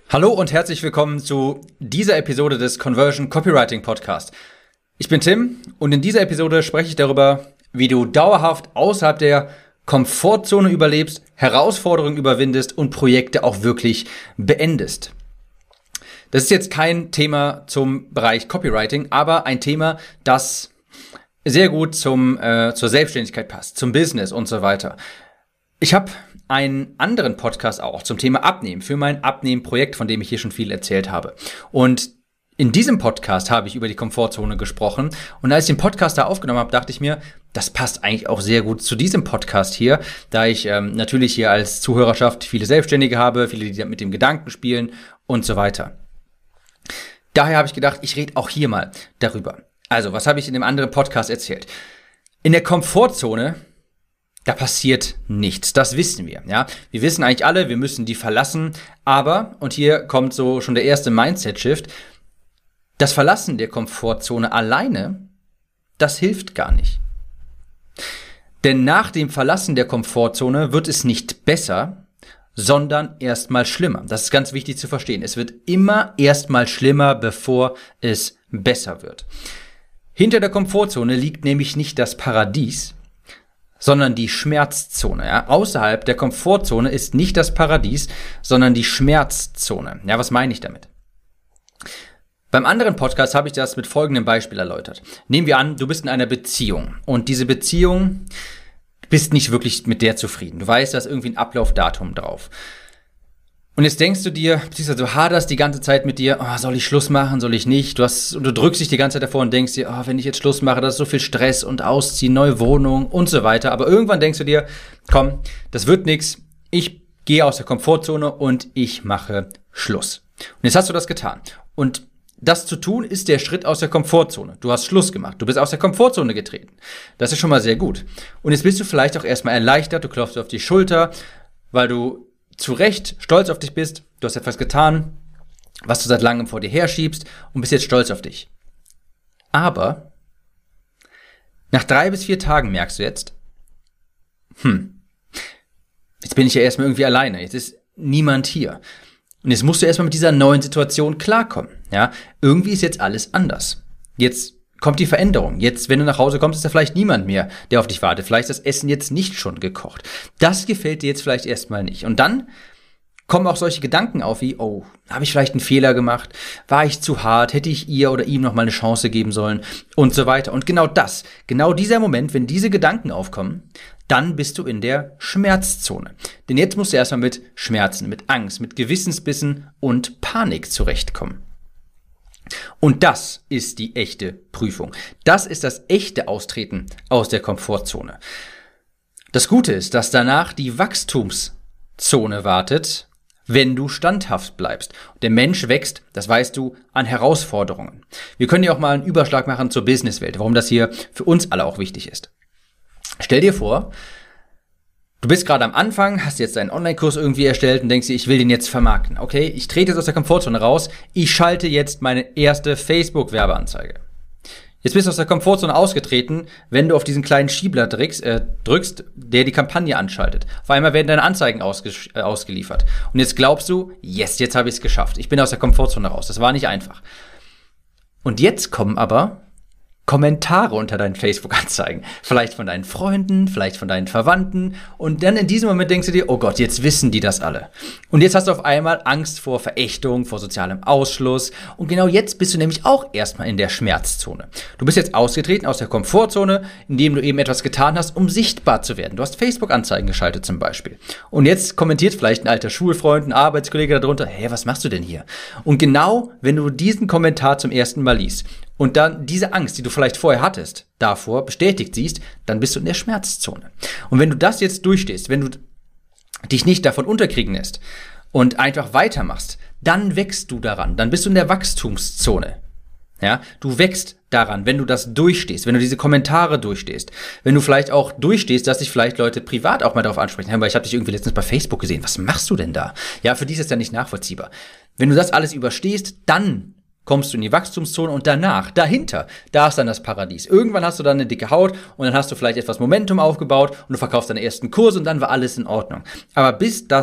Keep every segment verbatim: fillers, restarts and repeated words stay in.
Hallo und herzlich willkommen zu dieser Episode des Conversion Copywriting Podcast. Ich bin Tim und in dieser Episode spreche ich darüber, wie du dauerhaft außerhalb der Komfortzone überlebst, Herausforderungen überwindest und Projekte auch wirklich beendest. Das ist jetzt kein Thema zum Bereich Copywriting, aber ein Thema, das sehr gut zum äh, zur Selbstständigkeit passt, zum Business und so weiter. Ich habe einen anderen Podcast auch zum Thema Abnehmen für mein Abnehmen-Projekt, von dem ich hier schon viel erzählt habe. Und in diesem Podcast habe ich über die Komfortzone gesprochen. Und als ich den Podcast da aufgenommen habe, dachte ich mir, das passt eigentlich auch sehr gut zu diesem Podcast hier, da ich ähm, natürlich hier als Zuhörerschaft viele Selbstständige habe, viele, die mit dem Gedanken spielen und so weiter. Daher habe ich gedacht, ich rede auch hier mal darüber. Also, was habe ich in dem anderen Podcast erzählt? In der Komfortzone, da passiert nichts, das wissen wir, ja. Wir wissen eigentlich alle, wir müssen die verlassen, aber, und hier kommt so schon der erste Mindset-Shift, das Verlassen der Komfortzone alleine, das hilft gar nicht. Denn nach dem Verlassen der Komfortzone wird es nicht besser, sondern erstmal schlimmer. Das ist ganz wichtig zu verstehen. Es wird immer erstmal schlimmer, bevor es besser wird. Hinter der Komfortzone liegt nämlich nicht das Paradies, sondern die Schmerzzone. Ja? Außerhalb der Komfortzone ist nicht das Paradies, sondern die Schmerzzone. Ja, was meine ich damit? Beim anderen Podcast habe ich das mit folgendem Beispiel erläutert. Nehmen wir an, du bist in einer Beziehung und diese Beziehung, du bist nicht wirklich mit der zufrieden. Du weißt, da ist irgendwie ein Ablaufdatum drauf. Und jetzt denkst du dir, beziehungsweise du haderst die ganze Zeit mit dir, oh, soll ich Schluss machen, soll ich nicht? Du hast, und du drückst dich die ganze Zeit davor und denkst dir, oh, wenn ich jetzt Schluss mache, das ist so viel Stress und Ausziehen, neue Wohnung und so weiter. Aber irgendwann denkst du dir, komm, das wird nix. Ich gehe aus der Komfortzone und ich mache Schluss. Und jetzt hast du das getan. Und das zu tun ist der Schritt aus der Komfortzone. Du hast Schluss gemacht. Du bist aus der Komfortzone getreten. Das ist schon mal sehr gut. Und jetzt bist du vielleicht auch erstmal erleichtert. Du klopfst auf die Schulter, weil du zu Recht stolz auf dich bist, du hast etwas getan, was du seit langem vor dir herschiebst und bist jetzt stolz auf dich. Aber nach drei bis vier Tagen merkst du jetzt, hm, jetzt bin ich ja erstmal irgendwie alleine, jetzt ist niemand hier. Und jetzt musst du erstmal mit dieser neuen Situation klarkommen. Ja, irgendwie ist jetzt alles anders. Jetzt kommt die Veränderung. Jetzt, wenn du nach Hause kommst, ist da vielleicht niemand mehr, der auf dich wartet. Vielleicht ist das Essen jetzt nicht schon gekocht. Das gefällt dir jetzt vielleicht erstmal nicht. Und dann kommen auch solche Gedanken auf wie, oh, habe ich vielleicht einen Fehler gemacht? War ich zu hart? Hätte ich ihr oder ihm noch mal eine Chance geben sollen? Und so weiter. Und genau das, genau dieser Moment, wenn diese Gedanken aufkommen, dann bist du in der Schmerzzone. Denn jetzt musst du erstmal mit Schmerzen, mit Angst, mit Gewissensbissen und Panik zurechtkommen. Und das ist die echte Prüfung. Das ist das echte Austreten aus der Komfortzone. Das Gute ist, dass danach die Wachstumszone wartet, wenn du standhaft bleibst. Der Mensch wächst, das weißt du, an Herausforderungen. Wir können ja auch mal einen Überschlag machen zur Businesswelt, warum das hier für uns alle auch wichtig ist. Stell dir vor, du bist gerade am Anfang, hast jetzt einen Online-Kurs irgendwie erstellt und denkst dir, ich will den jetzt vermarkten. Okay, ich trete jetzt aus der Komfortzone raus, ich schalte jetzt meine erste Facebook-Werbeanzeige. Jetzt bist du aus der Komfortzone ausgetreten, wenn du auf diesen kleinen Schiebler drückst, äh, drückst, der die Kampagne anschaltet. Auf einmal werden deine Anzeigen ausge- äh, ausgeliefert. Und jetzt glaubst du, yes, jetzt habe ich es geschafft. Ich bin aus der Komfortzone raus. Das war nicht einfach. Und jetzt kommen aber Kommentare unter deinen Facebook-Anzeigen. Vielleicht von deinen Freunden, vielleicht von deinen Verwandten. Und dann in diesem Moment denkst du dir, oh Gott, jetzt wissen die das alle. Und jetzt hast du auf einmal Angst vor Verächtung, vor sozialem Ausschluss. Und genau jetzt bist du nämlich auch erstmal in der Schmerzzone. Du bist jetzt ausgetreten aus der Komfortzone, indem du eben etwas getan hast, um sichtbar zu werden. Du hast Facebook-Anzeigen geschaltet zum Beispiel. Und jetzt kommentiert vielleicht ein alter Schulfreund, ein Arbeitskollege darunter, hey, was machst du denn hier? Und genau, wenn du diesen Kommentar zum ersten Mal liest, und dann diese Angst, die du vielleicht vorher hattest, davor bestätigt siehst, dann bist du in der Schmerzzone. Und wenn du das jetzt durchstehst, wenn du dich nicht davon unterkriegen lässt und einfach weitermachst, dann wächst du daran, dann bist du in der Wachstumszone. Ja, du wächst daran, wenn du das durchstehst, wenn du diese Kommentare durchstehst, wenn du vielleicht auch durchstehst, dass dich vielleicht Leute privat auch mal darauf ansprechen, weil ich habe dich irgendwie letztens bei Facebook gesehen, was machst du denn da? Ja, für die ist es ja nicht nachvollziehbar. Wenn du das alles überstehst, dann kommst du in die Wachstumszone und danach, dahinter, da ist dann das Paradies. Irgendwann hast du dann eine dicke Haut und dann hast du vielleicht etwas Momentum aufgebaut und du verkaufst deine ersten Kurse und dann war alles in Ordnung. Aber bis das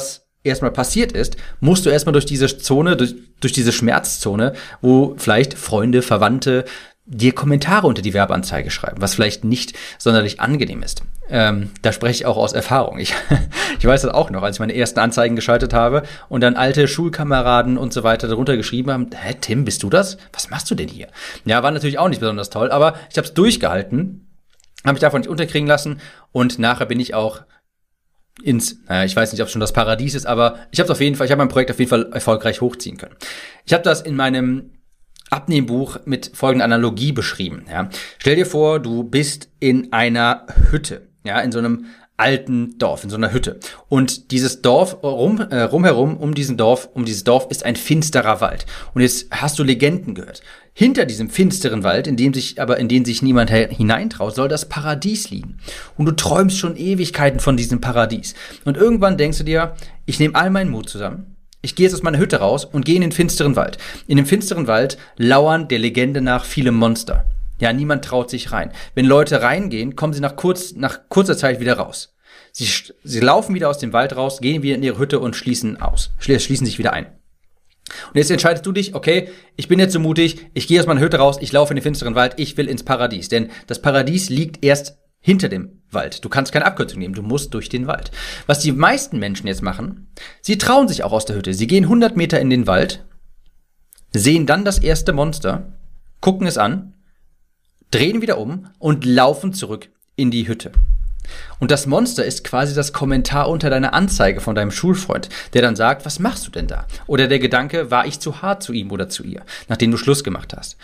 erstmal passiert ist, musst du erstmal durch diese Zone, durch, durch diese Schmerzzone, wo vielleicht Freunde, Verwandte dir Kommentare unter die Werbeanzeige schreiben, was vielleicht nicht sonderlich angenehm ist. Ähm, da spreche ich auch aus Erfahrung. Ich, ich weiß das auch noch, als ich meine ersten Anzeigen geschaltet habe und dann alte Schulkameraden und so weiter darunter geschrieben haben, hä, Tim, bist du das? Was machst du denn hier? Ja, war natürlich auch nicht besonders toll, aber ich habe es durchgehalten, habe mich davon nicht unterkriegen lassen und nachher bin ich auch ins, naja, ich weiß nicht, ob es schon das Paradies ist, aber ich habe es auf jeden Fall, ich habe mein Projekt auf jeden Fall erfolgreich hochziehen können. Ich habe das in meinem Abnehmbuch mit folgender Analogie beschrieben. Ja. Stell dir vor, du bist in einer Hütte, ja, in so einem alten Dorf, in so einer Hütte. Und dieses Dorf rum, äh, rumherum, um diesen Dorf, um dieses Dorf ist ein finsterer Wald. Und jetzt hast du Legenden gehört. Hinter diesem finsteren Wald, in dem sich, aber in den sich niemand hineintraut, soll das Paradies liegen. Und du träumst schon Ewigkeiten von diesem Paradies. Und irgendwann denkst du dir, ich nehme all meinen Mut zusammen. Ich gehe jetzt aus meiner Hütte raus und gehe in den finsteren Wald. In dem finsteren Wald lauern der Legende nach viele Monster. Ja, niemand traut sich rein. Wenn Leute reingehen, kommen sie nach, kurz, nach kurzer Zeit wieder raus. Sie, sie laufen wieder aus dem Wald raus, gehen wieder in ihre Hütte und schließen aus, schließen sich wieder ein. Und jetzt entscheidest du dich, okay, ich bin jetzt so mutig, ich gehe aus meiner Hütte raus, ich laufe in den finsteren Wald, ich will ins Paradies. Denn das Paradies liegt erst hinter dem Wald. Du kannst keine Abkürzung nehmen, du musst durch den Wald. Was die meisten Menschen jetzt machen, sie trauen sich auch aus der Hütte. Sie gehen hundert Meter in den Wald, sehen dann das erste Monster, gucken es an, drehen wieder um und laufen zurück in die Hütte. Und das Monster ist quasi das Kommentar unter deiner Anzeige von deinem Schulfreund, der dann sagt, was machst du denn da? Oder der Gedanke, war ich zu hart zu ihm oder zu ihr, nachdem du Schluss gemacht hast.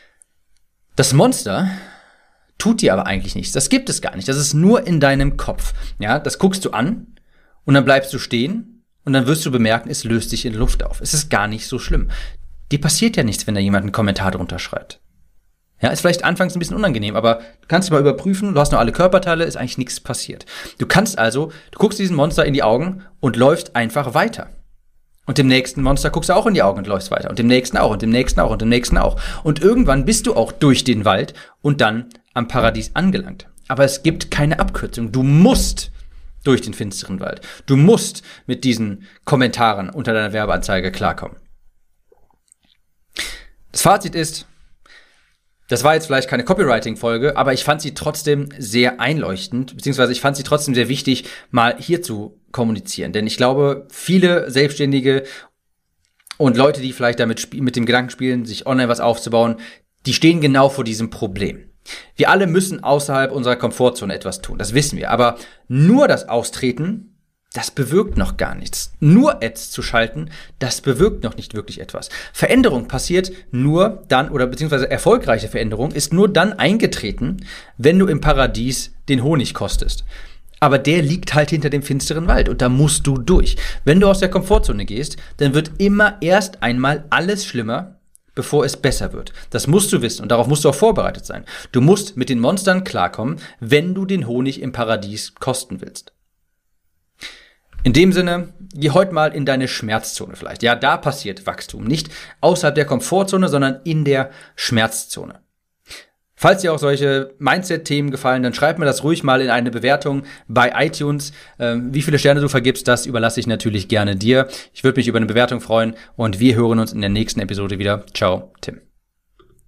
Das Monster tut dir aber eigentlich nichts. Das gibt es gar nicht. Das ist nur in deinem Kopf. Ja, das guckst du an und dann bleibst du stehen und dann wirst du bemerken, es löst sich in Luft auf. Es ist gar nicht so schlimm. Dir passiert ja nichts, wenn da jemand einen Kommentar drunter schreibt. Ja, ist vielleicht anfangs ein bisschen unangenehm, aber du kannst mal überprüfen, du hast noch alle Körperteile, ist eigentlich nichts passiert. Du kannst also, du guckst diesem Monster in die Augen und läufst einfach weiter. Und dem nächsten Monster guckst du auch in die Augen und läufst weiter. Und dem nächsten auch, und dem nächsten auch, und dem nächsten auch. Und irgendwann bist du auch durch den Wald und dann am Paradies angelangt. Aber es gibt keine Abkürzung. Du musst durch den finsteren Wald. Du musst mit diesen Kommentaren unter deiner Werbeanzeige klarkommen. Das Fazit ist, das war jetzt vielleicht keine Copywriting-Folge, aber ich fand sie trotzdem sehr einleuchtend, beziehungsweise ich fand sie trotzdem sehr wichtig, mal hier zu kommunizieren. Denn ich glaube, viele Selbstständige und Leute, die vielleicht damit sp- mit dem Gedanken spielen, sich online was aufzubauen, die stehen genau vor diesem Problem. Wir alle müssen außerhalb unserer Komfortzone etwas tun, das wissen wir. Aber nur das Austreten, das bewirkt noch gar nichts. Nur Ads zu schalten, das bewirkt noch nicht wirklich etwas. Veränderung passiert nur dann, oder beziehungsweise erfolgreiche Veränderung ist nur dann eingetreten, wenn du im Paradies den Honig kostest. Aber der liegt halt hinter dem finsteren Wald und da musst du durch. Wenn du aus der Komfortzone gehst, dann wird immer erst einmal alles schlimmer, bevor es besser wird. Das musst du wissen und darauf musst du auch vorbereitet sein. Du musst mit den Monstern klarkommen, wenn du den Honig im Paradies kosten willst. In dem Sinne, geh heute mal in deine Schmerzzone vielleicht. Ja, da passiert Wachstum. Nicht außerhalb der Komfortzone, sondern in der Schmerzzone. Falls dir auch solche Mindset-Themen gefallen, dann schreib mir das ruhig mal in eine Bewertung bei iTunes. Ähm, wie viele Sterne du vergibst, das überlasse ich natürlich gerne dir. Ich würde mich über eine Bewertung freuen und wir hören uns in der nächsten Episode wieder. Ciao, Tim.